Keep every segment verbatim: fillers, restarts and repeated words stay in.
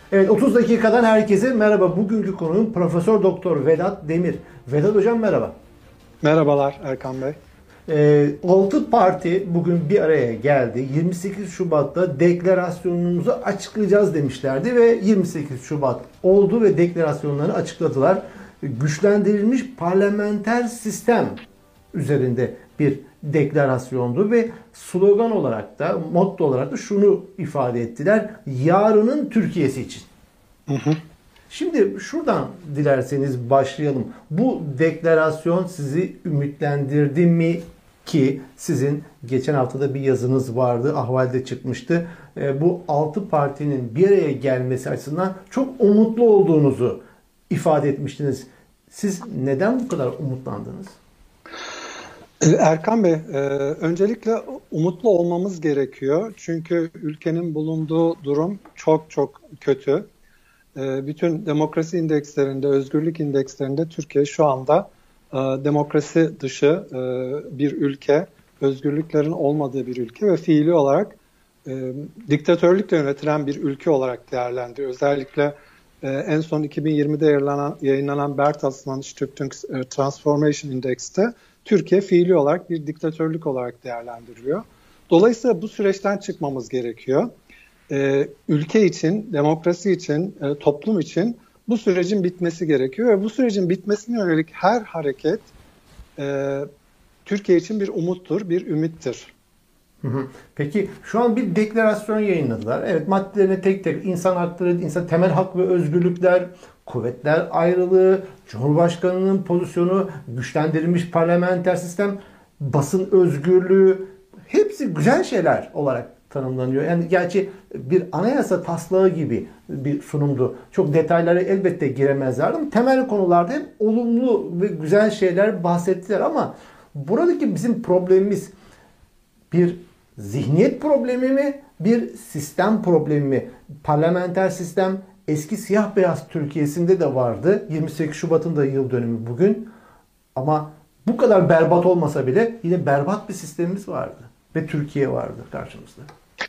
Evet, otuz dakikadan herkese merhaba. Bugünkü konuğum Profesör Doktor Vedat Demir. Vedat Hocam merhaba. Merhabalar Erkan Bey. Ee, altı parti bugün bir araya geldi. yirmi sekiz Şubat'ta deklarasyonumuzu açıklayacağız demişlerdi ve yirmi sekiz Şubat oldu ve deklarasyonlarını açıkladılar. Güçlendirilmiş parlamenter sistem üzerinde bir deklarasyondu ve slogan olarak da, motto olarak da şunu ifade ettiler: yarının Türkiye'si için. Hı hı. Şimdi şuradan dilerseniz başlayalım. Bu deklarasyon sizi ümitlendirdi mi? Ki sizin geçen haftada bir yazınız vardı, Ahval'de çıkmıştı. E, bu altı partinin bir araya gelmesi açısından çok umutlu olduğunuzu ifade etmiştiniz. Siz neden bu kadar umutlandınız? Erkan Bey, e, öncelikle umutlu olmamız gerekiyor. Çünkü ülkenin bulunduğu durum çok çok kötü. E, bütün demokrasi indekslerinde, özgürlük indekslerinde Türkiye şu anda e, demokrasi dışı e, bir ülke, özgürlüklerin olmadığı bir ülke ve fiili olarak e, diktatörlükle yönetilen bir ülke olarak değerlendiriyor. Özellikle e, en son iki bin yirmide yayınlanan, yayınlanan Bertelsmann Stiftung Transformation Index'te Türkiye fiili olarak bir diktatörlük olarak değerlendiriliyor. Dolayısıyla bu süreçten çıkmamız gerekiyor. Ee, ülke için, demokrasi için, e, toplum için bu sürecin bitmesi gerekiyor ve bu sürecin bitmesine yönelik her hareket e, Türkiye için bir umuttur, bir ümittir. Hı hı. Peki şu an bir deklarasyon yayınladılar. Evet, maddelerine tek tek insan hakları, insan temel hak ve özgürlükler, kuvvetler ayrılığı, Cumhurbaşkanının pozisyonu, güçlendirilmiş parlamenter sistem, basın özgürlüğü, hepsi güzel şeyler olarak tanımlanıyor. Yani gerçi bir anayasa taslağı gibi bir sunumdu. Çok detaylara elbette giremezlerdi ama temel konularda hep olumlu ve güzel şeyler bahsettiler ama buradaki bizim problemimiz bir zihniyet problemi mi, bir sistem problemi mi? Parlamenter sistem eski siyah beyaz Türkiye'sinde de vardı. yirmi sekiz Şubat'ın da yıl dönümü bugün. Ama bu kadar berbat olmasa bile yine berbat bir sistemimiz vardı. Ve Türkiye vardı karşımızda.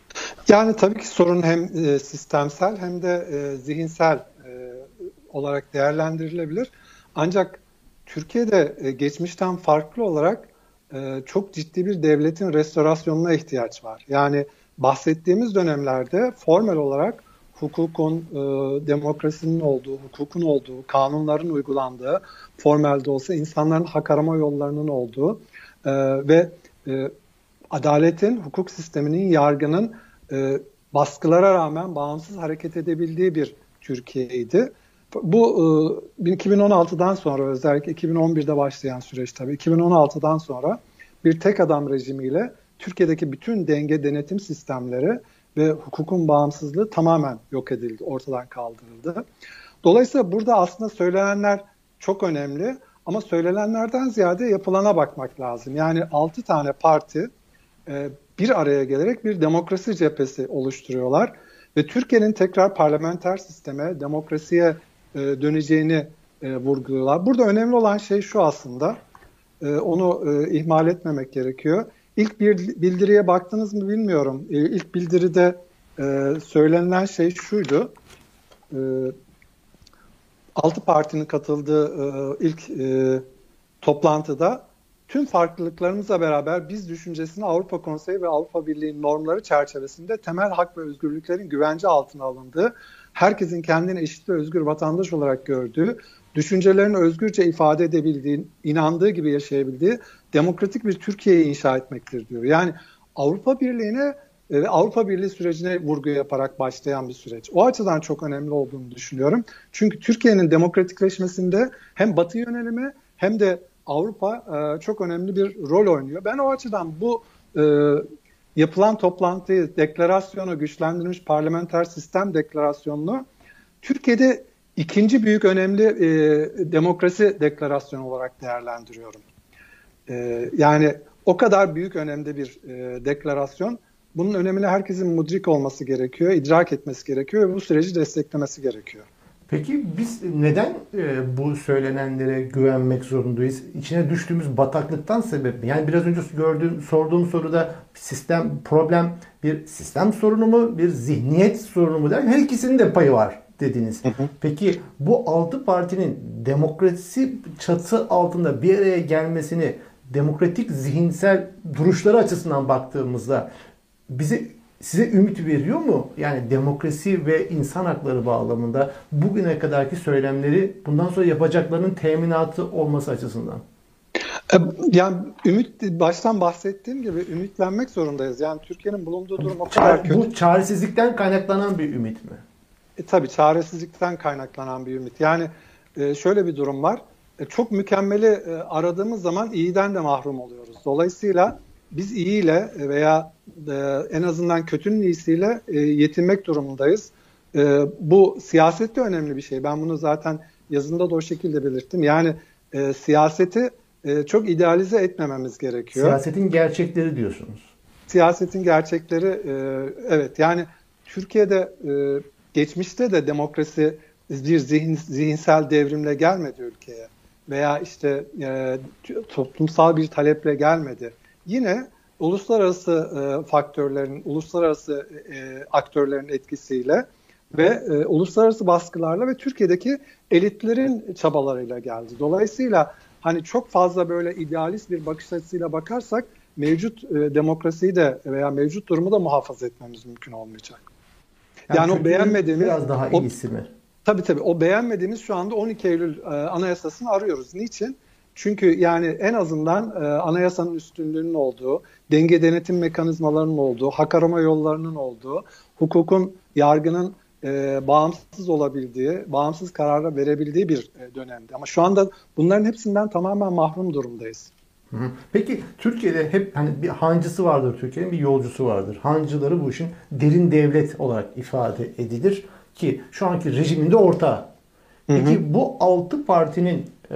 Yani tabii ki sorun hem e, sistemsel hem de e, zihinsel e, olarak değerlendirilebilir. Ancak Türkiye'de e, geçmişten farklı olarak e, çok ciddi bir devletin restorasyonuna ihtiyaç var. Yani bahsettiğimiz dönemlerde formel olarak hukukun, e, demokrasinin olduğu, hukukun olduğu, kanunların uygulandığı, formelde olsa insanların hak arama yollarının olduğu e, ve e, adaletin, hukuk sisteminin, yargının e, baskılara rağmen bağımsız hareket edebildiği bir Türkiye'ydi. Bu e, iki bin on altıdan sonra, özellikle iki bin on birde başlayan süreç tabii, iki bin on altıdan sonra bir tek adam rejimiyle Türkiye'deki bütün denge denetim sistemleri ve hukukun bağımsızlığı tamamen yok edildi, ortadan kaldırıldı. Dolayısıyla burada aslında söylenenler çok önemli ama söylenenlerden ziyade yapılana bakmak lazım. Yani altı tane parti e, bir araya gelerek bir demokrasi cephesi oluşturuyorlar ve Türkiye'nin tekrar parlamenter sisteme, demokrasiye e, döneceğini e, vurguluyorlar. Burada önemli olan şey şu aslında, e, onu e, ihmal etmemek gerekiyor. İlk bir bildiriye baktınız mı bilmiyorum. E, ilk bildiride e, söylenilen şey şuydu. E, Altı partinin katıldığı e, ilk e, toplantıda tüm farklılıklarımızla beraber biz düşüncesini Avrupa Konseyi ve Avrupa Birliği normları çerçevesinde temel hak ve özgürlüklerin güvence altına alındığı, herkesin kendini eşit ve özgür vatandaş olarak gördüğü, düşüncelerini özgürce ifade edebildiği, inandığı gibi yaşayabildiği demokratik bir Türkiye'yi inşa etmektir diyor. Yani Avrupa Birliği'ne ve Avrupa Birliği sürecine vurgu yaparak başlayan bir süreç. O açıdan çok önemli olduğunu düşünüyorum. Çünkü Türkiye'nin demokratikleşmesinde hem Batı yönelimi hem de Avrupa e, çok önemli bir rol oynuyor. Ben o açıdan bu e, yapılan toplantıyı, deklarasyonu, güçlendirilmiş parlamenter sistem deklarasyonunu Türkiye'de ikinci büyük önemli e, demokrasi deklarasyonu olarak değerlendiriyorum. E, yani o kadar büyük önemli bir e, deklarasyon. Bunun önemini herkesin mudrik olması gerekiyor, idrak etmesi gerekiyor ve bu süreci desteklemesi gerekiyor. Peki biz neden e, bu söylenenlere güvenmek zorundayız? İçine düştüğümüz bataklıktan sebep mi? Yani biraz önce gördüğüm, sorduğum soruda sistem problem bir sistem sorunu mu, bir zihniyet sorunu mu der? Her ikisinin de payı var dediniz. Hı hı. Peki bu altı partinin demokrasi çatı altında bir araya gelmesini demokratik zihinsel duruşları açısından baktığımızda bize size ümit veriyor mu? Yani demokrasi ve insan hakları bağlamında bugüne kadarki söylemleri bundan sonra yapacaklarının teminatı olması açısından. Yani ümit, baştan bahsettiğim gibi ümitlenmek zorundayız. Yani Türkiye'nin bulunduğu durum o kadar kötü. Bu çaresizlikten kaynaklanan bir ümit mi? E, tabii çaresizlikten kaynaklanan bir ümit. Yani e, şöyle bir durum var. E, çok mükemmeli e, aradığımız zaman iyiden de mahrum oluyoruz. Dolayısıyla biz iyiyle veya e, en azından kötünün iyisiyle e, yetinmek durumundayız. E, bu siyasette önemli bir şey. Ben bunu zaten yazımda da o şekilde belirttim. Yani e, siyaseti e, çok idealize etmememiz gerekiyor. Siyasetin gerçekleri diyorsunuz. Siyasetin gerçekleri, e, evet. Yani Türkiye'de e, geçmişte de demokrasi bir zihin, zihinsel devrimle gelmedi ülkeye veya işte e, toplumsal bir taleple gelmedi. Yine uluslararası e, faktörlerin, uluslararası e, aktörlerin etkisiyle ve e, uluslararası baskılarla ve Türkiye'deki elitlerin çabalarıyla geldi. Dolayısıyla hani çok fazla böyle idealist bir bakış açısıyla bakarsak mevcut e, demokrasiyi de veya mevcut durumu da muhafaza etmemiz mümkün olmayacak. Yani, yani o beğenmediğimiz biraz daha iyisi mi? Tabii tabii. O beğenmediğimiz şu anda on iki Eylül e, Anayasası'nı arıyoruz. Niçin? Çünkü yani en azından e, anayasanın üstünlüğünün olduğu, denge denetim mekanizmalarının olduğu, hak arama yollarının olduğu, hukukun, yargının e, bağımsız olabildiği, bağımsız kararlar verebildiği bir e, dönemdi. Ama şu anda bunların hepsinden tamamen mahrum durumdayız. Hı hı. Peki Türkiye'de hep hani bir hancısı vardır, Türkiye'nin bir yolcusu vardır. Hancıları bu işin derin devlet olarak ifade edilir ki şu anki rejiminde ortağı. Peki hı hı. bu altı partinin e,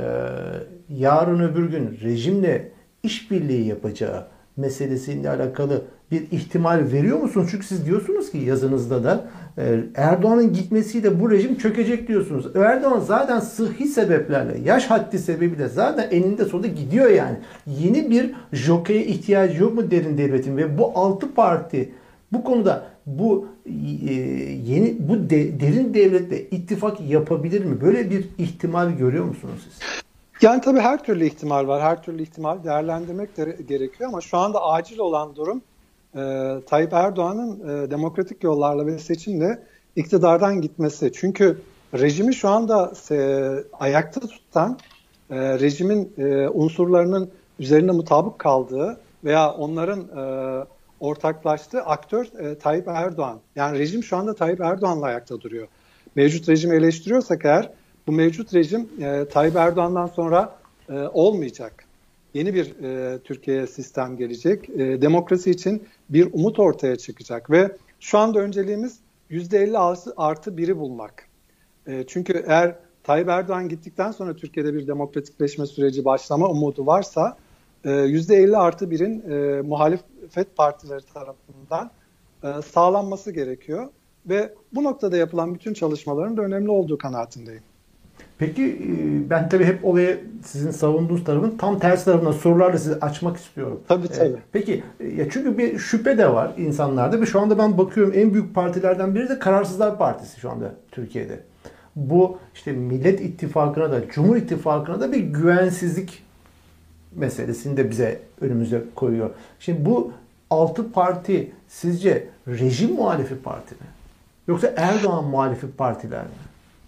yarın öbür gün rejimle işbirliği yapacağı meselesiyle alakalı bir ihtimal veriyor musunuz? Çünkü siz diyorsunuz ki yazınızda da e, Erdoğan'ın gitmesiyle bu rejim çökecek diyorsunuz. Erdoğan zaten sıhhi sebeplerle, yaş haddi sebebiyle zaten eninde sonunda gidiyor yani. Yeni bir jokeye ihtiyacı yok mu derin devletin ve bu altı parti bu konuda bu e, yeni bu de, derin devletle ittifak yapabilir mi? Böyle bir ihtimal görüyor musunuz siz? Yani tabii her türlü ihtimal var. Her türlü ihtimal değerlendirmek de gerekiyor ama şu anda acil olan durum e, Tayyip Erdoğan'ın e, demokratik yollarla ve seçimle iktidardan gitmesi. Çünkü rejimi şu anda e, ayakta tutan e, rejimin e, unsurlarının üzerinde mutabık kaldığı veya onların e, ortaklaştığı aktör e, Tayyip Erdoğan. Yani rejim şu anda Tayyip Erdoğan'la ayakta duruyor. Mevcut rejimi eleştiriyorsak eğer bu mevcut rejim e, Tayyip Erdoğan'dan sonra e, olmayacak. Yeni bir e, Türkiye sistem gelecek. E, demokrasi için bir umut ortaya çıkacak ve şu anda önceliğimiz yüzde elli artı biri bulmak. E, çünkü eğer Tayyip Erdoğan gittikten sonra Türkiye'de bir demokratikleşme süreci başlama umudu varsa e, yüzde elli artı birin e, muhalefet partileri tarafından e, sağlanması gerekiyor ve bu noktada yapılan bütün çalışmaların da önemli olduğu kanaatindeyim. Peki ben tabii hep olaya sizin savunduğunuz tarafın tam tersi tarafına sorularla sizi açmak istiyorum. Tabii tabii. Peki ya çünkü bir şüphe de var insanlarda ve şu anda ben bakıyorum en büyük partilerden biri de Kararsızlar Partisi şu anda Türkiye'de. Bu işte Millet İttifakı'na da Cumhur İttifakı'na da bir güvensizlik meselesini de bize önümüze koyuyor. Şimdi bu altı parti sizce rejim muhalifi parti mi? Yoksa Erdoğan muhalifi partiler mi?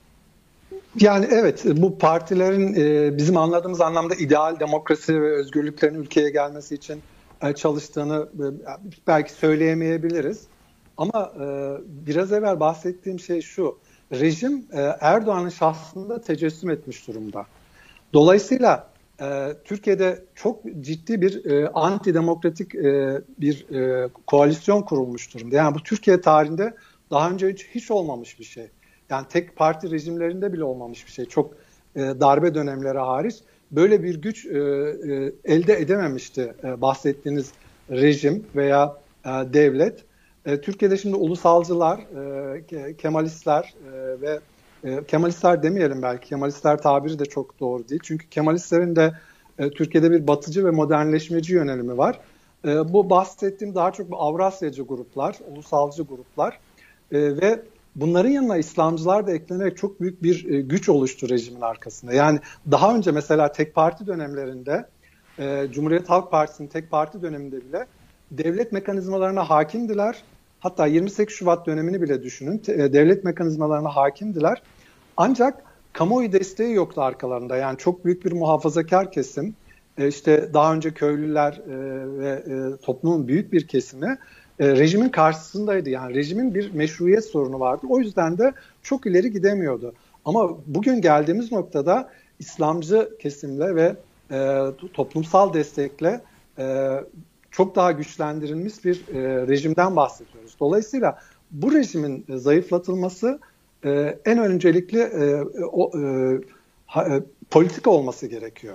Yani evet, bu partilerin e, bizim anladığımız anlamda ideal demokrasi ve özgürlüklerin ülkeye gelmesi için e, çalıştığını e, belki söyleyemeyebiliriz. Ama e, biraz evvel bahsettiğim şey şu, rejim e, Erdoğan'ın şahsında tecessüm etmiş durumda. Dolayısıyla e, Türkiye'de çok ciddi bir e, antidemokratik e, bir e, koalisyon kurulmuş durumda. Yani bu Türkiye tarihinde daha önce hiç, hiç olmamış bir şey. Yani tek parti rejimlerinde bile olmamış bir şey. Çok e, darbe dönemleri hariç böyle bir güç e, e, elde edememişti e, bahsettiğiniz rejim veya e, devlet. E, Türkiye'de şimdi ulusalcılar, e, Kemalistler e, ve e, Kemalistler demeyelim belki. Kemalistler tabiri de çok doğru değil. Çünkü Kemalistlerin de e, Türkiye'de bir batıcı ve modernleşmeci yönelimi var. E, bu bahsettiğim daha çok Avrasyacı gruplar, ulusalcı gruplar e, ve bunların yanına İslamcılar da eklenerek çok büyük bir e, güç oluştu rejimin arkasında. Yani daha önce mesela tek parti dönemlerinde e, Cumhuriyet Halk Partisi'nin tek parti döneminde bile devlet mekanizmalarına hakimdiler. Hatta yirmi sekiz Şubat dönemini bile düşünün. E, devlet mekanizmalarına hakimdiler. Ancak kamuoyu desteği yoktu arkalarında. Yani çok büyük bir muhafazakar kesim, e, işte daha önce köylüler e, ve e, toplumun büyük bir kesimi e, rejimin karşısındaydı. Yani rejimin bir meşruiyet sorunu vardı. O yüzden de çok ileri gidemiyordu. Ama bugün geldiğimiz noktada İslamcı kesimle ve e, toplumsal destekle e, çok daha güçlendirilmiş bir e, rejimden bahsediyoruz. Dolayısıyla bu rejimin e, zayıflatılması e, en öncelikli e, o, e, ha, e, politika olması gerekiyor.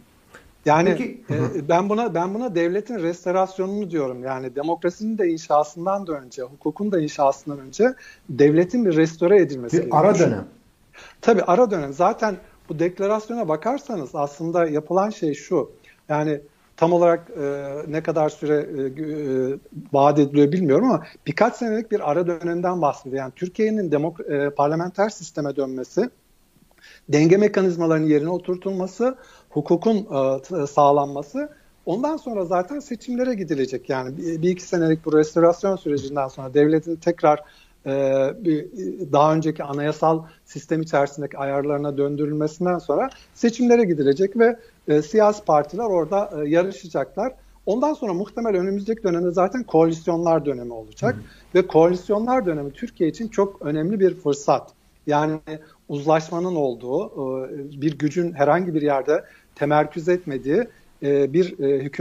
Yani Peki, e, ben buna ben buna devletin restorasyonunu diyorum. Yani demokrasinin de inşasından da önce, hukukun da inşasından önce devletin bir restore edilmesi bir gerekiyor. ara dönem. Tabii ara dönem. Zaten bu deklarasyona bakarsanız aslında yapılan şey şu. Yani tam olarak e, ne kadar süre e, e, vaat ediliyor bilmiyorum ama birkaç senelik bir ara dönemden bahsediyor. Yani Türkiye'nin demok- e, parlamenter sisteme dönmesi, denge mekanizmalarının yerine oturtulması, hukukun e, sağlanması, ondan sonra zaten seçimlere gidilecek. Yani bir, bir iki senelik bu restorasyon sürecinden sonra devletin tekrar e, bir, daha önceki anayasal sistem içerisindeki ayarlarına döndürülmesinden sonra seçimlere gidilecek ve e, siyasi partiler orada e, yarışacaklar. Ondan sonra muhtemel önümüzdeki dönemde zaten koalisyonlar dönemi olacak. Hı. Ve koalisyonlar dönemi Türkiye için çok önemli bir fırsat. Yani uzlaşmanın olduğu, bir gücün herhangi bir yerde temerküz etmediği bir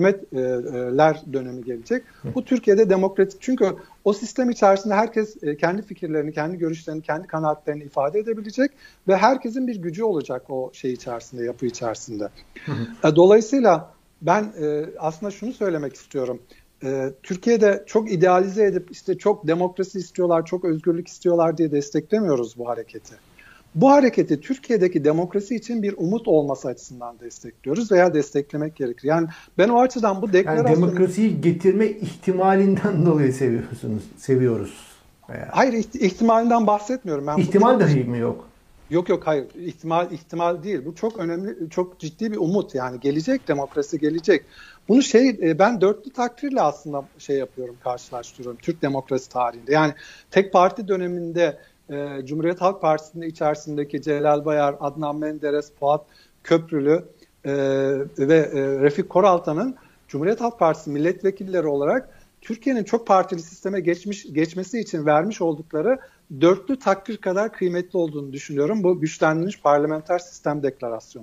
hükümetler dönemi gelecek. Bu Türkiye'de demokratik, çünkü o sistem içerisinde herkes kendi fikirlerini, kendi görüşlerini, kendi kanaatlerini ifade edebilecek ve herkesin bir gücü olacak o şey içerisinde, yapı içerisinde. Hı hı. Dolayısıyla ben aslında şunu söylemek istiyorum. Türkiye'de çok idealize edip işte çok demokrasi istiyorlar, çok özgürlük istiyorlar diye desteklemiyoruz bu hareketi. Bu hareketi Türkiye'deki demokrasi için bir umut olması açısından destekliyoruz veya desteklemek gerekir. Yani ben o açıdan bu deklarasyonu... Yani demokrasiyi getirme ihtimalinden dolayı seviyorsunuz, seviyoruz. Veya... Hayır, ihtimalinden bahsetmiyorum. Ben İhtimal çok... dahi mi yok? Yok yok hayır. İhtimal ihtimal değil. Bu çok önemli, çok ciddi bir umut. Yani gelecek, demokrasi gelecek. Bunu şey ben dörtlü takdirle aslında şey yapıyorum, karşılaştırıyorum Türk demokrasi tarihinde. Yani tek parti döneminde e, Cumhuriyet Halk Partisi'nin içerisindeki Celal Bayar, Adnan Menderes, Fuat Köprülü e, ve e, Refik Koraltan'ın Cumhuriyet Halk Partisi milletvekilleri olarak Türkiye'nin çok partili sisteme geçmiş geçmesi için vermiş oldukları dörtlü takdir kadar kıymetli olduğunu düşünüyorum bu güçlendirilmiş parlamenter sistem deklarasyonu.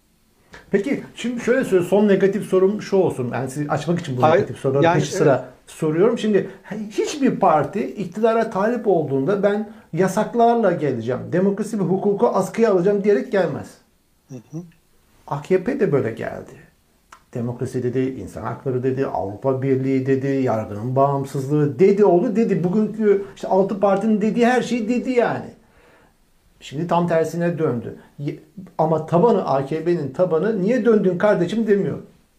Peki şimdi şöyle söyleyeyim, son negatif sorum şu olsun. Yani sizi açmak için bu Hayır, negatif soruları yani, peş sıra evet. soruyorum. Şimdi hiçbir parti iktidara talip olduğunda ben yasaklarla geleceğim, demokrasi ve hukuku askıya alacağım diyerek gelmez. Hı hı. A K P de böyle geldi. Demokrasi dedi, insan hakları dedi, Avrupa Birliği dedi, yargının bağımsızlığı dedi, oldu dedi. Bugünkü işte altı partinin dediği her şeyi dedi yani. Şimdi tam tersine döndü. Ama tabanı, A K P'nin tabanı niye döndün kardeşim demiyor.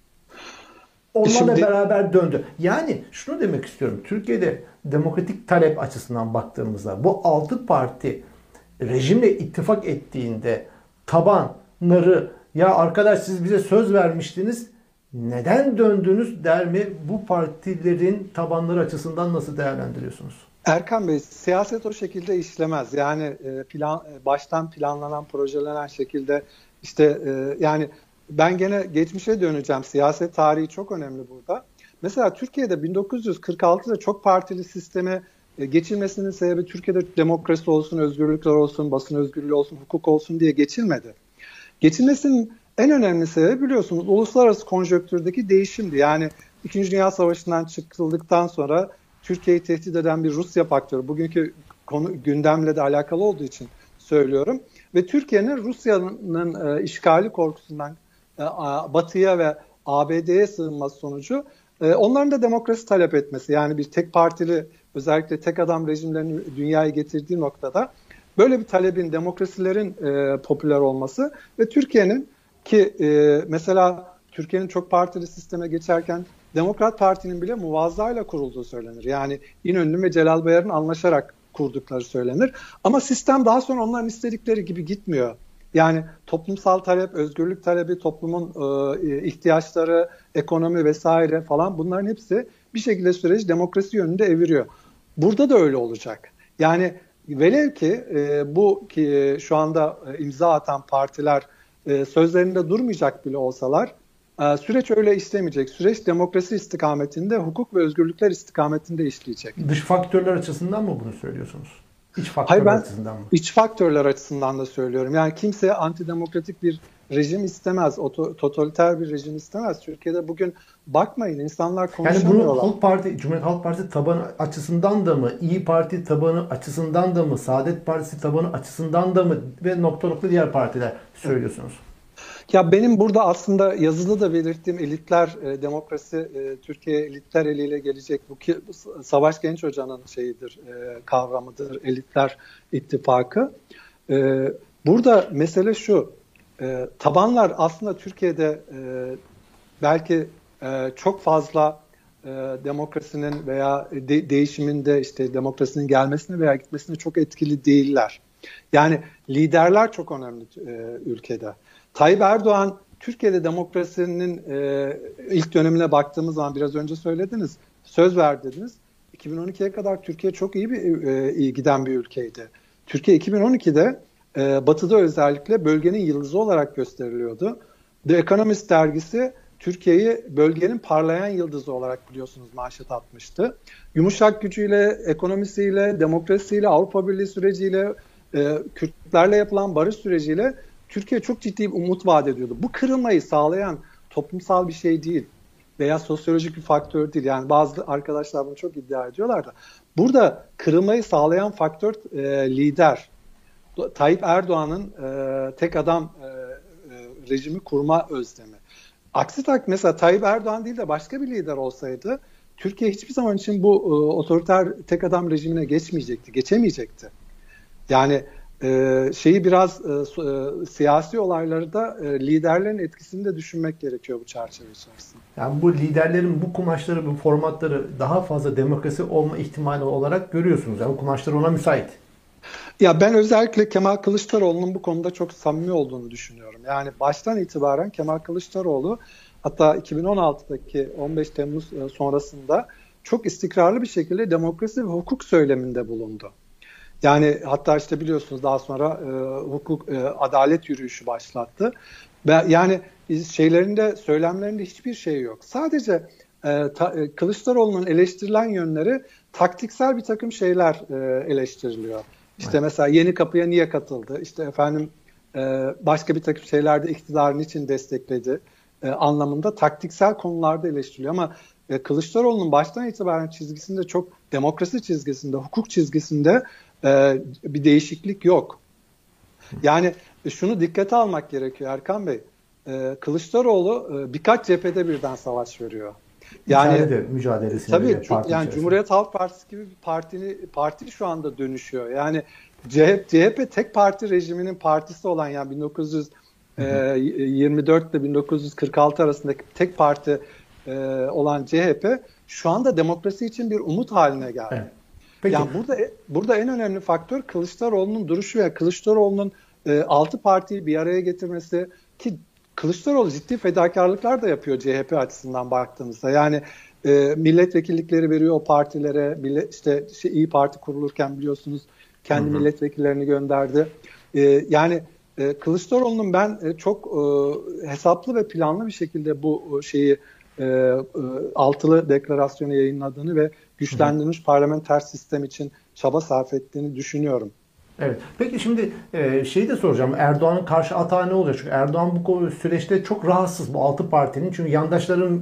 Onlarla Şimdi... beraber döndü. Yani şunu demek istiyorum. Türkiye'de demokratik talep açısından baktığımızda bu altı parti rejimle ittifak ettiğinde tabanları ya arkadaş siz bize söz vermiştiniz neden döndünüz der mi? Bu partilerin tabanları açısından nasıl değerlendiriyorsunuz? Erkan Bey, siyaset o şekilde işlemez. Yani plan baştan planlanan, projelenen şekilde işte yani ben gene geçmişe döneceğim. Siyaset tarihi çok önemli burada. Mesela Türkiye'de bin dokuz yüz kırk altıda çok partili sisteme geçilmesinin sebebi Türkiye'de demokrasi olsun, özgürlükler olsun, basın özgürlüğü olsun, hukuk olsun diye geçilmedi. Geçilmesinin en önemli sebebi biliyorsunuz uluslararası konjonktürdeki değişimdi. Yani İkinci Dünya Savaşı'ndan çıkıldıktan sonra Türkiye'yi tehdit eden bir Rusya faktörü. Bugünkü konu gündemle de alakalı olduğu için söylüyorum. Ve Türkiye'nin Rusya'nın e, işgali korkusundan e, Batı'ya ve A B D'ye sığınması sonucu e, onların da demokrasi talep etmesi. Yani bir tek partili, özellikle tek adam rejimlerini dünyaya getirdiği noktada böyle bir talebin, demokrasilerin e, popüler olması ve Türkiye'nin ki e, mesela Türkiye'nin çok partili sisteme geçerken Demokrat Parti'nin bile muvazzayla kurulduğu söylenir. Yani İnönü ve Celal Bayar'ın anlaşarak kurdukları söylenir. Ama sistem daha sonra onların istedikleri gibi gitmiyor. Yani toplumsal talep, özgürlük talebi, toplumun e, ihtiyaçları, ekonomi vesaire falan bunların hepsi bir şekilde süreci demokrasi yönünde eviriyor. Burada da öyle olacak. Yani velev ki e, bu ki şu anda e, imza atan partiler e, sözlerinde durmayacak bile olsalar e, süreç öyle işlemeyecek. Süreç demokrasi istikametinde, hukuk ve özgürlükler istikametinde işleyecek. Dış faktörler açısından mı bunu söylüyorsunuz? İç faktörler Hayır, ben açısından mı? iç faktörler açısından da söylüyorum. Yani kimse antidemokratik bir rejim istemez, oto, totaliter bir rejim istemez. Türkiye'de bugün bakmayın insanlar konuşamıyorlar. Yani bunu Halk Parti, Cumhuriyet Halk Partisi tabanı açısından da mı, İyi Parti tabanı açısından da mı, Saadet Partisi tabanı açısından da mı ve nokta nokta diğer partiler söylüyorsunuz? Ya benim burada aslında yazılı da belirttiğim elitler e, demokrasi e, Türkiye elitler eliyle gelecek. Bu ki Savaş Genç Hoca'nın şeyidir, e, kavramıdır, elitler ittifakı. E, burada mesele şu, e, tabanlar aslında Türkiye'de e, belki e, çok fazla e, demokrasinin veya de, değişiminde işte demokrasinin gelmesine veya gitmesine çok etkili değiller. Yani liderler çok önemli e, ülkede. Tayyip Erdoğan Türkiye'de demokrasinin e, ilk dönemine baktığımız zaman biraz önce söylediniz, söz verdiniz. iki bin on ikiye kadar Türkiye çok iyi bir e, iyi giden bir ülkeydi. Türkiye iki bin on ikide e, Batı'da özellikle bölgenin yıldızı olarak gösteriliyordu. The Economist dergisi Türkiye'yi bölgenin parlayan yıldızı olarak biliyorsunuz manşet atmıştı. Yumuşak gücüyle, ekonomisiyle, demokrasiyle, Avrupa Birliği süreciyle, e, Kürtlerle yapılan barış süreciyle Türkiye çok ciddi bir umut vaat ediyordu. Bu kırılmayı sağlayan toplumsal bir şey değil veya sosyolojik bir faktör değil. Yani bazı arkadaşlar bunu çok iddia ediyorlar da. Burada kırılmayı sağlayan faktör e, lider. Tayyip Erdoğan'ın e, tek adam e, e, rejimi kurma özlemi. Aksi tak mesela Tayyip Erdoğan değil de başka bir lider olsaydı Türkiye hiçbir zaman için bu e, otoriter tek adam rejimine geçmeyecekti, geçemeyecekti. Yani e, şeyi biraz e, e, siyasi olayları da e, liderlerin etkisini de düşünmek gerekiyor bu çerçeve içerisinde. Yani bu liderlerin bu kumaşları, bu formatları daha fazla demokrasi olma ihtimali olarak görüyorsunuz. Yani bu kumaşlar ona müsait. Ya ben özellikle Kemal Kılıçdaroğlu'nun bu konuda çok samimi olduğunu düşünüyorum. Yani baştan itibaren Kemal Kılıçdaroğlu hatta iki bin on altıdaki on beş Temmuz sonrasında çok istikrarlı bir şekilde demokrasi ve hukuk söyleminde bulundu. Yani hatta işte biliyorsunuz daha sonra e, hukuk e, adalet yürüyüşü başlattı. Ve yani şeylerinde söylemlerinde hiçbir şey yok. Sadece e, ta, e, Kılıçdaroğlu'nun eleştirilen yönleri taktiksel bir takım şeyler e, eleştiriliyor. İşte evet. Mesela Yeni Kapı'ya niye katıldı? İşte efendim e, başka bir takım şeylerde iktidarın için destekledi e, anlamında taktiksel konularda eleştiriliyor. Ama e, Kılıçdaroğlu'nun baştan itibaren çizgisinde çok demokrasi çizgisinde, hukuk çizgisinde e, bir değişiklik yok. Yani e, şunu dikkate almak gerekiyor Erkan Bey. E, Kılıçdaroğlu e, birkaç cephede birden savaş veriyor. Yani de mücadelesine tabii yani içerisinde. Cumhuriyet Halk Partisi gibi bir partini parti şu anda dönüşüyor. Yani C H P, C H P tek parti rejiminin partisi olan yani bin dokuz yüz yirmi dört ile bin dokuz yüz kırk altı arasındaki tek parti e, olan C H P şu anda demokrasi için bir umut haline geldi. Evet. Peki. Yani burada burada en önemli faktör Kılıçdaroğlu'nun duruşu ve Kılıçdaroğlu'nun e, altı partiyi bir araya getirmesi ki Kılıçdaroğlu ciddi fedakarlıklar da yapıyor C H P açısından baktığımızda. Yani e, milletvekillikleri veriyor o partilere. Millet, işte şey, İyi Parti kurulurken biliyorsunuz kendi hı hı. milletvekillerini gönderdi. E, yani e, Kılıçdaroğlu'nun ben e, çok e, hesaplı ve planlı bir şekilde bu şeyi e, e, altılı deklarasyonu yayınladığını ve güçlendirilmiş hı hı. parlamenter sistem için çaba sarf ettiğini düşünüyorum. Evet. Peki şimdi e, şeyi de soracağım. Erdoğan'ın karşı atağı ne olacak? Çünkü Erdoğan bu süreçte çok rahatsız bu altı partinin. Çünkü yandaşların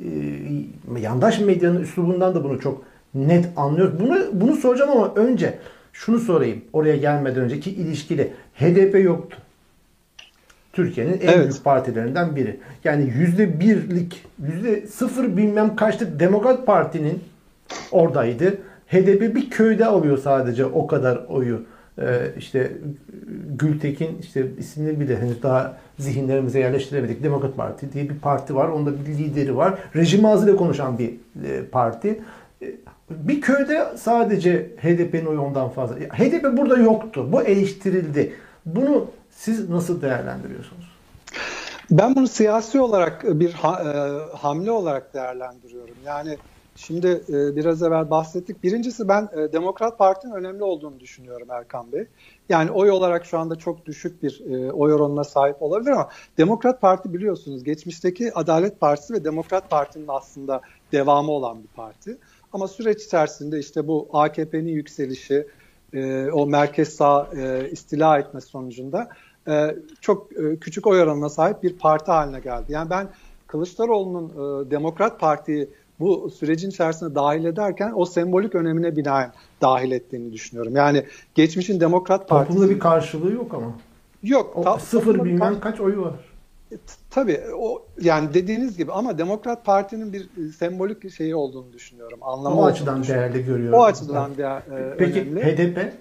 e, yandaş medyanın üslubundan da bunu çok net anlıyoruz. Bunu bunu soracağım ama önce şunu sorayım. Oraya gelmeden önceki ilişkili H D P yoktu. Türkiye'nin en evet. büyük partilerinden biri. Yani yüzde birlik, yüzde sıfır bilmem kaçlık Demokrat Parti'nin oradaydı. H D P bir köyde alıyor sadece o kadar oyu. Ee, işte Gültekin işte ismini bile henüz daha zihinlerimize yerleştiremedik. Demokrat Parti diye bir parti var. Onda bir lideri var. Rejim ağzıyla konuşan bir e, parti. E, Bir köyde sadece H D P'nin oyu ondan fazla. H D P burada yoktu. Bu eleştirildi. Bunu siz nasıl değerlendiriyorsunuz? Ben bunu siyasi olarak bir ha, e, hamle olarak değerlendiriyorum. Yani şimdi e, biraz evvel bahsettik. Birincisi ben e, Demokrat Parti'nin önemli olduğunu düşünüyorum Erkan Bey. Yani oy olarak şu anda çok düşük bir e, oy oranına sahip olabilir ama Demokrat Parti biliyorsunuz geçmişteki Adalet Partisi ve Demokrat Parti'nin aslında devamı olan bir parti. Ama süreç içerisinde işte bu A K P'nin yükselişi, e, o merkez sağ e, istila etmesi sonucunda e, çok e, küçük oy oranına sahip bir parti haline geldi. Yani ben Kılıçdaroğlu'nun e, Demokrat Parti'yi bu sürecin içerisine dahil ederken o sembolik önemine binaen dahil ettiğini düşünüyorum. Yani geçmişin Demokrat Partisi... Toplumda bir karşılığı yok ama. Yok. O Ta, sıfır bilmem kar- kaç oyu var. Tabii o yani dediğiniz gibi ama Demokrat Parti'nin bir sembolik şeyi olduğunu düşünüyorum. Anlamı o açıdan değerli görüyorum. O açıdan da e, Peki, önemli. H D P?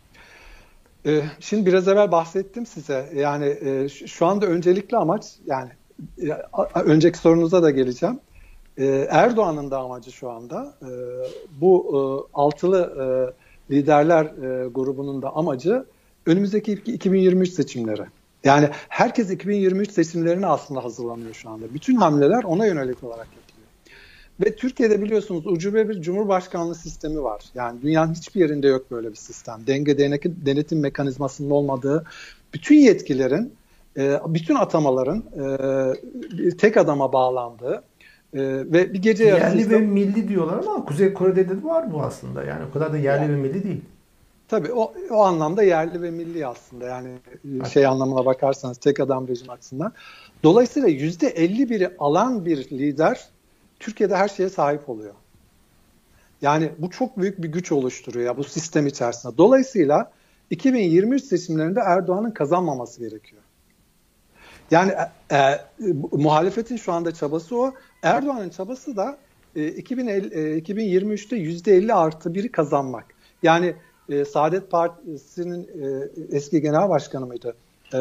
E, şimdi biraz evvel bahsettim size. Yani e, şu anda öncelikli amaç yani e, önceki sorunuza da geleceğim. E, Erdoğan'ın da amacı şu anda e, bu e, altılı e, liderler e, grubunun da amacı önümüzdeki iki bin yirmi üç seçimleri. Yani herkes iki bin yirmi üç seçimlerine aslında hazırlanıyor şu anda. Bütün hamleler ona yönelik olarak yapılıyor. Ve Türkiye'de biliyorsunuz ucube bir cumhurbaşkanlığı sistemi var. Yani dünyanın hiçbir yerinde yok böyle bir sistem. Denge denetim mekanizmasının olmadığı, bütün yetkilerin, bütün atamaların tek adama bağlandığı ve bir gece yarısı... Yerli ve milli diyorlar ama Kuzey Kore'de de var bu aslında. Yani o kadar da yerli yani, ve milli değil. Tabii o, o anlamda yerli ve milli aslında yani şey anlamına bakarsanız tek adam rejim açısından. Dolayısıyla yüzde elli biri alan bir lider Türkiye'de her şeye sahip oluyor. Yani bu çok büyük bir güç oluşturuyor ya bu sistem içerisinde. Dolayısıyla iki bin yirmi üç seçimlerinde Erdoğan'ın kazanmaması gerekiyor. Yani e, e, muhalefetin şu anda çabası o. Erdoğan'ın çabası da e, iki bin yirmi üçte yüzde elli artı biri kazanmak. Yani E, Saadet Partisi'nin e, eski genel başkanı mıydı? E,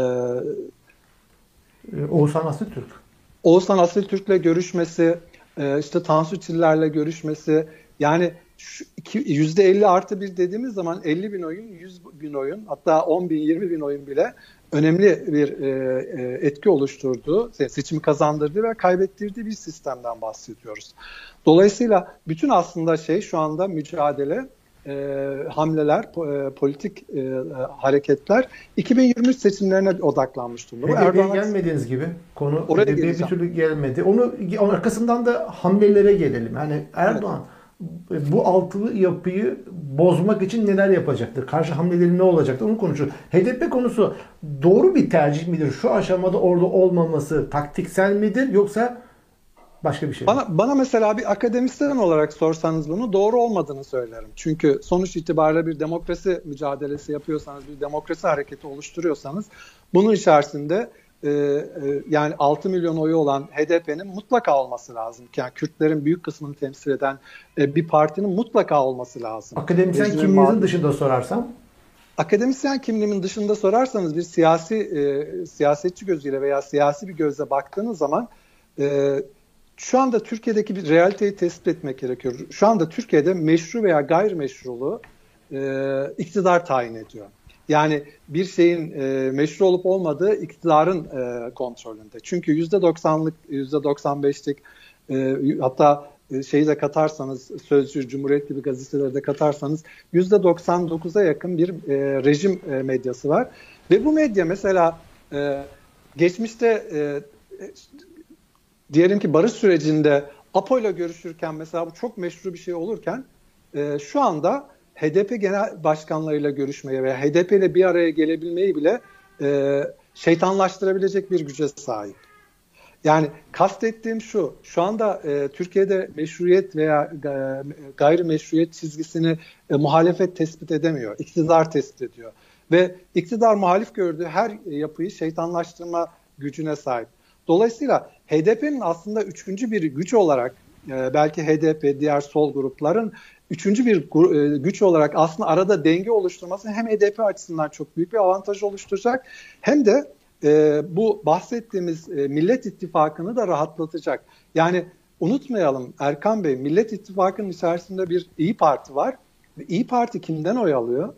Oğuzhan Asıltürk. Oğuzhan Asıltürk'le görüşmesi, e, işte Tansu Çiller'le görüşmesi. Yani şu iki, yüzde elli artı bir dediğimiz zaman elli bin oyun, yüz bin oyun, hatta on bin, yirmi bin oyun bile önemli bir e, e, etki oluşturduğu, seçimi kazandırdığı ve kaybettirdiği bir sistemden bahsediyoruz. Dolayısıyla bütün aslında şey şu anda mücadele, E, hamleler, e, politik e, hareketler iki bin yirmi üç seçimlerine odaklanmış durumda. H D P'ye gelmediğiniz gibi konu H D P'ye bir türlü gelmedi. Onu arkasından da hamlelere gelelim. Yani Erdoğan evet. bu altılı yapıyı bozmak için neler yapacaktır? Karşı hamleleri ne olacaktır? Onu konuşuyoruz. H D P konusu doğru bir tercih midir? Şu aşamada orada olmaması taktiksel midir? Yoksa başka bir şey mi? Bana, bana mesela bir akademisyen olarak sorsanız bunu doğru olmadığını söylerim. Çünkü sonuç itibariyle bir demokrasi mücadelesi yapıyorsanız, bir demokrasi hareketi oluşturuyorsanız bunun içerisinde e, e, yani altı milyon oyu olan H D P'nin mutlaka olması lazım. Yani Kürtlerin büyük kısmını temsil eden e, bir partinin mutlaka olması lazım. Akademisyen kimliğinizin dışında sorarsam? Akademisyen kimliğimin dışında sorarsanız bir siyasi e, siyasetçi gözüyle veya siyasi bir gözle baktığınız zaman e, şu anda Türkiye'deki bir realiteyi tespit etmek gerekiyor. Şu anda Türkiye'de meşru veya gayrimeşruluğu e, iktidar tayin ediyor. Yani bir şeyin e, meşru olup olmadığı iktidarın e, kontrolünde. Çünkü yüzde doksanlık, yüzde doksan beşlik e, hatta e, şeyi de katarsanız, Sözcü, Cumhuriyet gibi gazeteleri de katarsanız yüzde doksan dokuza yakın bir e, rejim e, medyası var. Ve bu medya mesela e, geçmişte e, diyelim ki barış sürecinde APO'yla görüşürken mesela bu çok meşru bir şey olurken e, şu anda H D P genel başkanlarıyla görüşmeye veya H D P ile bir araya gelebilmeyi bile e, şeytanlaştırabilecek bir güce sahip. Yani kastettiğim şu, şu anda e, Türkiye'de meşruiyet veya e, gayrimeşruiyet çizgisini e, muhalefet tespit edemiyor, iktidar tespit ediyor. Ve iktidar muhalif gördüğü her yapıyı şeytanlaştırma gücüne sahip. Dolayısıyla H D P'nin aslında üçüncü bir güç olarak e, belki H D P, diğer sol grupların üçüncü bir e, güç olarak aslında arada denge oluşturması hem H D P açısından çok büyük bir avantaj oluşturacak hem de e, bu bahsettiğimiz e, Millet İttifakı'nı da rahatlatacak. Yani unutmayalım Erkan Bey, Millet İttifakı'nın içerisinde bir İyi Parti var. Ve İyi Parti kimden oy alıyor?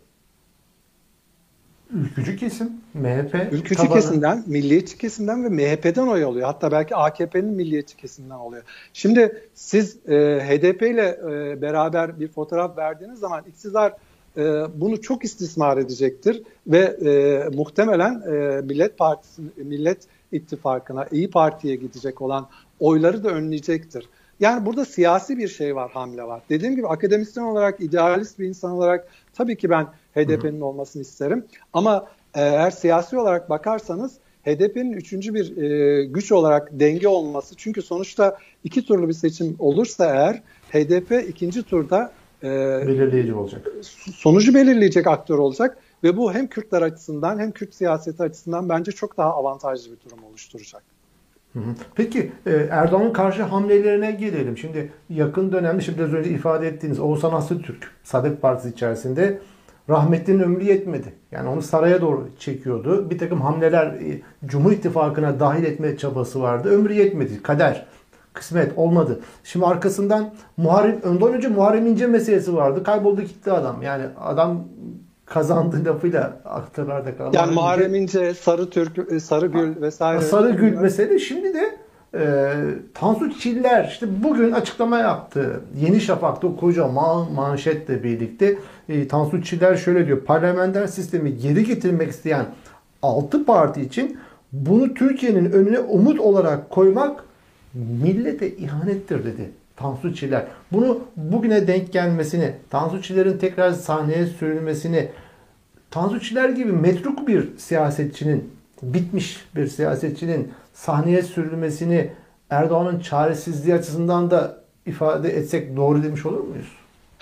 Ülkücü kesim, M H P Ülkücü tabanı. kesimden, milliyetçi kesimden ve M H P'den oy alıyor. Hatta belki A K P'nin milliyetçi kesimden oluyor. Şimdi siz e, H D P ile e, beraber bir fotoğraf verdiğiniz zaman iktidar e, bunu çok istismar edecektir ve e, muhtemelen e, Millet Partisi, Millet İttifakı'na, İyi Parti'ye gidecek olan oyları da önleyecektir. Yani burada siyasi bir şey var, hamle var. Dediğim gibi akademisyen olarak, idealist bir insan olarak tabii ki ben H D P'nin olmasını isterim. Ama eğer siyasi olarak bakarsanız H D P'nin üçüncü bir e, güç olarak denge olması. Çünkü sonuçta iki turlu bir seçim olursa eğer H D P ikinci turda e, belirleyici olacak. Sonucu belirleyecek aktör olacak. Ve bu hem Kürtler açısından hem Kürt siyaseti açısından bence çok daha avantajlı bir durum oluşturacak. Peki Erdoğan'ın karşı hamlelerine gelelim. Şimdi yakın dönemde, şimdi biraz önce ifade ettiğiniz Oğuzhan Aslıtürk, Saadet Partisi içerisinde rahmetlinin ömrü yetmedi. Yani onu saraya doğru çekiyordu. Bir takım hamleler Cumhur İttifakı'na dahil etme çabası vardı. Ömrü yetmedi. Kader, kısmet olmadı. Şimdi arkasından Muharrem, önden önce Muharrem İnce meselesi vardı. Kayboldu gitti adam. Yani adam kazandığı lafıyla aktarlarda kalan. Yani Muharrem İnce, Sarıtürk, Sarıgül vesaire. Sarıgül mesele. Şimdi de e, Tansu Çiller işte bugün açıklama yaptı. Yeni Şafak'ta koca man, manşetle birlikte e, Tansu Çiller şöyle diyor. Parlamenter sistemi geri getirmek isteyen altı parti için bunu Türkiye'nin önüne umut olarak koymak millete ihanettir dedi Tansu Çiller. Bunu bugüne denk gelmesini, Tansu Çiller'in tekrar sahneye sürülmesini, Tansu Çiller gibi metruk bir siyasetçinin, bitmiş bir siyasetçinin sahneye sürülmesini Erdoğan'ın çaresizliği açısından da ifade etsek doğru demiş olur muyuz?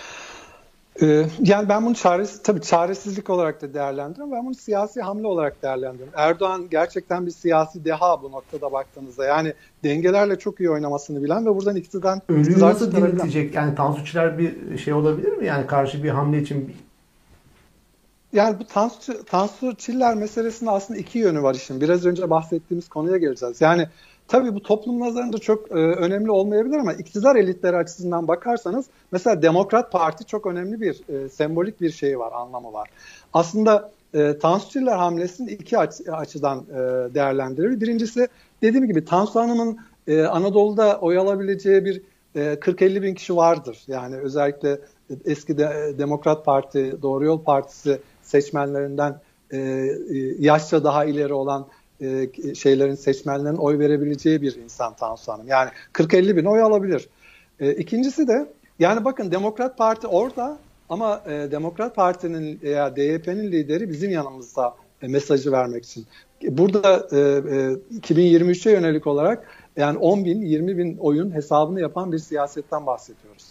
Yani ben bunu çaresiz, tabii çaresizlik olarak da değerlendiriyorum. Ben bunu siyasi hamle olarak değerlendiriyorum. Erdoğan gerçekten bir siyasi deha bu noktada baktığınızda. Yani dengelerle çok iyi oynamasını bilen ve buradan iktidardan... Ölüyü nasıl diriltecek? Yani Tansu Çiller bir şey olabilir mi? Yani karşı bir hamle için... Yani bu Tansu, Tansu Çiller meselesinde aslında iki yönü var işin. Biraz önce bahsettiğimiz konuya geleceğiz. Yani tabii bu toplum nazarında çok e, önemli olmayabilir ama iktidar elitleri açısından bakarsanız mesela Demokrat Parti çok önemli bir e, sembolik bir şey var, anlamı var. Aslında e, Tansu Çiller hamlesini iki aç, açıdan e, değerlendirilir. Birincisi dediğim gibi Tansu Hanım'ın e, Anadolu'da oy alabileceği bir e, kırk elli bin kişi vardır. Yani özellikle eski de, Demokrat Parti, Doğru Yol Partisi seçmenlerinden e, yaşça daha ileri olan e, şeylerin, seçmenlerin oy verebileceği bir insan Tansu Hanım. Yani kırk elli bin oy alabilir. E, ikincisi de yani bakın Demokrat Parti orada ama e, Demokrat Parti'nin veya D Y P'nin lideri bizim yanımızda e, mesajı vermek için. Burada e, e, iki bin yirmi üçe yönelik olarak yani on bin, yirmi bin oyun hesabını yapan bir siyasetten bahsediyoruz.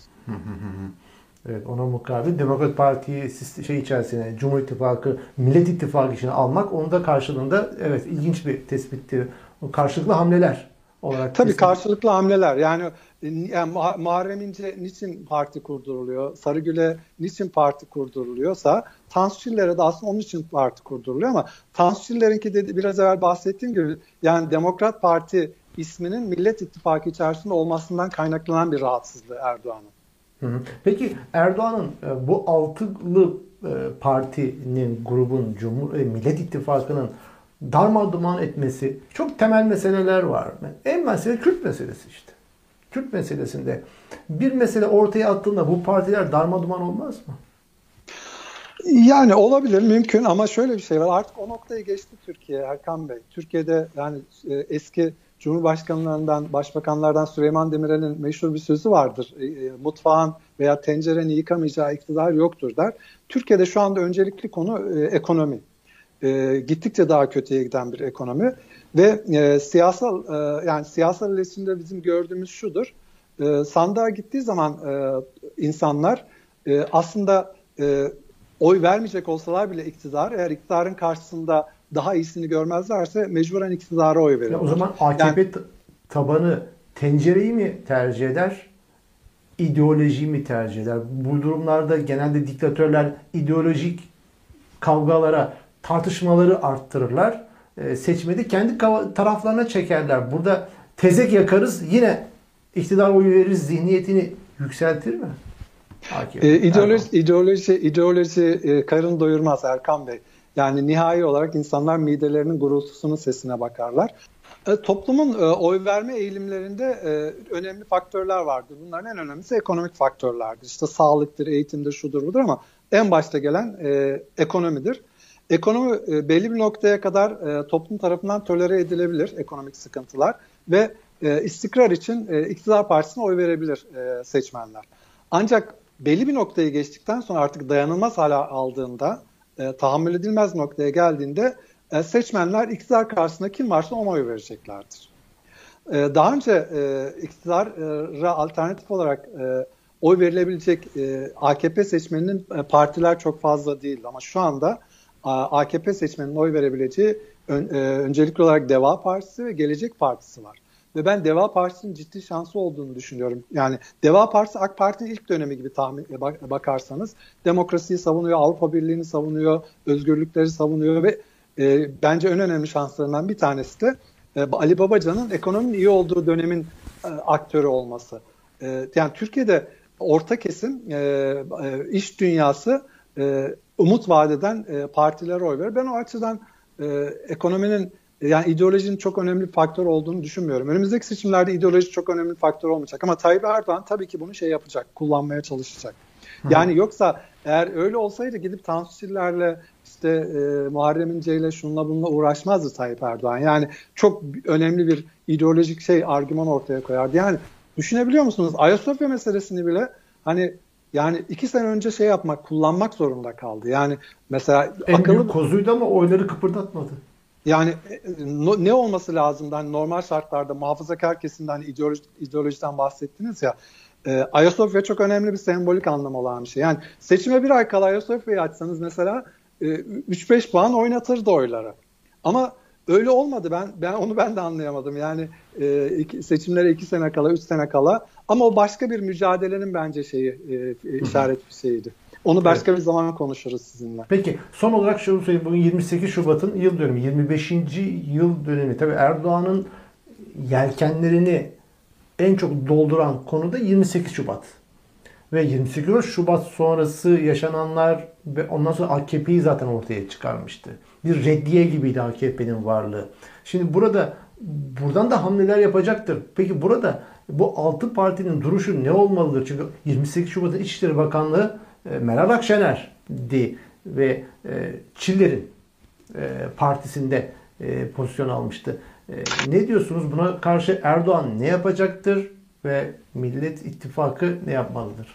Evet, ona mukabil Demokrat Parti'yi şey içerisine, Cumhur İttifakı, Millet İttifakı içine almak, onun da karşılığında evet ilginç bir tespitti. Karşılıklı hamleler olarak. Tabii tespit. karşılıklı hamleler. Yani, yani Muharrem İnce niçin parti kurduruluyor? Sarıgül'e niçin parti kurduruluyorsa Tansu Çiller'e de aslında onun için parti kurduruluyor ama Tansu Çiller'inki de biraz evvel bahsettiğim gibi yani Demokrat Parti isminin Millet İttifakı içerisinde olmasından kaynaklanan bir rahatsızlığı Erdoğan'ın. Peki Erdoğan'ın bu altılı partinin, grubun, Cumhur Millet İttifakı'nın darmadağın etmesi çok temel meseleler var. En mesele Kürt meselesi işte. Kürt meselesinde bir mesele ortaya attığında bu partiler darmadağın olmaz mı? Yani olabilir, mümkün ama şöyle bir şey var. Artık o noktaya geçti Türkiye Erkan Bey. Türkiye'de yani eski Cumhurbaşkanlarından, başbakanlardan Süleyman Demirel'in meşhur bir sözü vardır. E, mutfağın veya tencerenin yıkamayacağı iktidar yoktur der. Türkiye'de şu anda öncelikli konu e, ekonomi. E, gittikçe daha kötüye giden bir ekonomi ve e, siyasal e, yani siyasal iletişimde bizim gördüğümüz şudur. E, sandığa gittiği zaman e, insanlar e, aslında e, oy vermeyecek olsalar bile iktidar, eğer iktidarın karşısında daha iyisini görmezlerse mecburen iktidara oy verirler. O zaman A K P yani, tabanı tencereyi mi tercih eder, ideolojiyi mi tercih eder? Bu durumlarda genelde diktatörler ideolojik kavgalara, tartışmaları arttırırlar. Seçmeni kendi taraflarına çekerler. Burada tezek yakarız, yine iktidar oyu verir zihniyetini yükseltir mi? A K P, E, ideoloji, Erdoğan. ideoloji, ideoloji e, karın doyurmaz Erkan Bey. Yani nihai olarak insanlar midelerinin gurultusunun sesine bakarlar. E, toplumun e, oy verme eğilimlerinde e, önemli faktörler vardır. Bunların en önemlisi ekonomik faktörlerdir. İşte sağlıktır, eğitimdir, şudur budur ama en başta gelen e, ekonomidir. Ekonomi e, belli bir noktaya kadar e, toplum tarafından tolere edilebilir ekonomik sıkıntılar ve e, istikrar için e, iktidar partisine oy verebilir e, seçmenler. Ancak belli bir noktayı geçtikten sonra artık dayanılmaz hale aldığında, e, tahammül edilmez noktaya geldiğinde e, seçmenler iktidar karşısında kim varsa ona oy vereceklerdir. E, daha önce e, iktidara alternatif olarak e, oy verilebilecek e, A K P seçmeninin e, partiler çok fazla değildi ama şu anda A K P seçmeninin oy verebileceği ön, e, öncelikli olarak Deva Partisi ve Gelecek Partisi var. Ve ben Deva Partisi'nin ciddi şansı olduğunu düşünüyorum. Yani Deva Partisi AK Parti'nin ilk dönemi gibi tahmin bakarsanız demokrasiyi savunuyor, Avrupa Birliği'ni savunuyor, özgürlükleri savunuyor ve e, bence en önemli şanslarından bir tanesi de e, Ali Babacan'ın ekonominin iyi olduğu dönemin e, aktörü olması. E, yani Türkiye'de orta kesim, e, e, iş dünyası e, umut vadeden e, partilere oy verir. Ben o açıdan e, ekonominin yani ideolojinin çok önemli bir faktör olduğunu düşünmüyorum. Önümüzdeki seçimlerde ideoloji çok önemli bir faktör olmayacak. Ama Tayyip Erdoğan tabii ki bunu şey yapacak, kullanmaya çalışacak. Hı. Yani yoksa eğer öyle olsaydı gidip Tansu Çiller'le işte e, Muharrem İnce'yle şununla bununla uğraşmazdı Tayyip Erdoğan. Yani çok önemli bir ideolojik şey argüman ortaya koyardı. Yani düşünebiliyor musunuz? Ayasofya meselesini bile hani yani iki sene önce şey yapmak, kullanmak zorunda kaldı. Yani mesela en akıllı... büyük kozuydu ama oyları kıpırdatmadı. Yani ne olması lazım? Yani normal şartlarda muhafazakar kesimden ideoloji, ideolojiden bahsettiniz ya. E, Ayasofya çok önemli bir sembolik anlam olan bir şey. Yani seçime bir ay kala Ayasofya'yı açsanız mesela e, üç beş puan oynatırdı oyları. Ama öyle olmadı. Ben ben onu ben de anlayamadım. Yani e, iki, seçimlere iki sene kala, üç sene kala. Ama o başka bir mücadelenin bence şeyi e, işaret bir şeydi. Onu başka evet. bir zaman konuşuruz sizinle. Peki son olarak şunu söyleyeyim. Bugün yirmi sekiz Şubat'ın yıl dönümü. yirmi beşinci yıl dönümü. Tabii Erdoğan'ın yelkenlerini en çok dolduran konu da yirmi sekiz Şubat. Ve yirmi sekiz Şubat sonrası yaşananlar ve ondan sonra A K P'yi zaten ortaya çıkarmıştı. Bir reddiye gibiydi A K P'nin varlığı. Şimdi burada buradan da hamleler yapacaktır. Peki burada bu altı partinin duruşu ne olmalıdır? Çünkü yirmi sekiz Şubat'ın İçişleri Bakanlığı Meral Akşener'di ve e, Çiller'in e, partisinde e, pozisyon almıştı. E, ne diyorsunuz? Buna karşı Erdoğan ne yapacaktır ve Millet İttifakı ne yapmalıdır?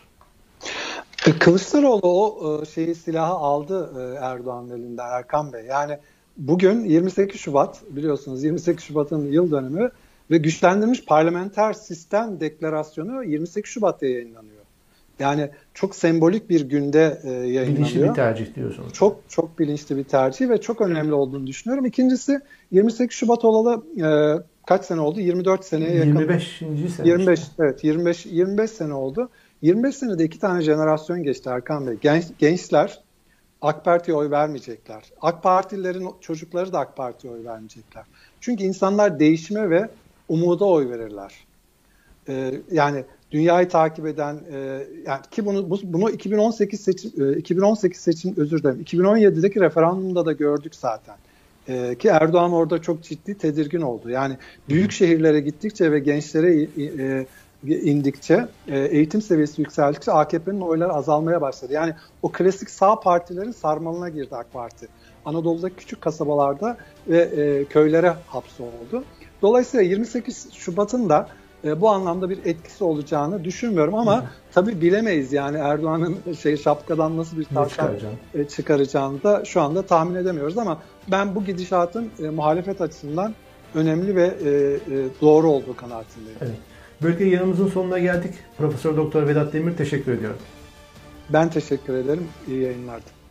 Kılıçdaroğlu o şeyi silahı aldı Erdoğan'ın elinden Erkan Bey. Yani bugün yirmi sekiz Şubat biliyorsunuz yirmi sekiz Şubat'ın yıl dönümü ve güçlendirilmiş parlamenter sistem deklarasyonu yirmi sekiz Şubat'ta yayınlanıyor. Yani çok sembolik bir günde e, yayınlanıyor. Bilinçli bir tercih diyorsunuz. Çok çok bilinçli bir tercih ve çok önemli olduğunu düşünüyorum. İkincisi yirmi sekiz Şubat olalı e, kaç sene oldu? yirmi dört seneye yakın. yirmi beşinci sene. yirmi beş işte. Evet yirmi beş yirmi beş sene oldu. yirmi beş senede iki tane jenerasyon geçti Erkan Bey. Genç, gençler AK Parti'ye oy vermeyecekler. AK Partililerin çocukları da AK Parti'ye oy vermeyecekler. Çünkü insanlar değişime ve umuda oy verirler. Ee, yani dünyayı takip eden e, yani ki bunu bu, bunu iki bin on sekiz seçim e, iki bin on sekiz seçim özür dilerim. iki bin on yedideki referandumda da gördük zaten. E, ki Erdoğan orada çok ciddi tedirgin oldu. Yani büyük şehirlere gittikçe ve gençlere e, indikçe, eğitim seviyesi yükseldikçe A K P'nin oyları azalmaya başladı. Yani o klasik sağ partilerin sarmalına girdi AK Parti. Anadolu'daki küçük kasabalarda ve e, köylere hapsoldu. Dolayısıyla yirmi sekiz Şubat'ın da e, bu anlamda bir etkisi olacağını düşünmüyorum ama Hı. tabii bilemeyiz yani Erdoğan'ın şey şapkadan nasıl bir tavşan e, çıkaracağını da şu anda tahmin edemiyoruz ama ben bu gidişatın e, muhalefet açısından önemli ve e, e, doğru olduğu kanaatindeyim. Evet. Böylelikle yanımızın sonuna geldik. Profesör Doktor Vedat Demir teşekkür ediyorum. Ben teşekkür ederim. İyi yayınlar.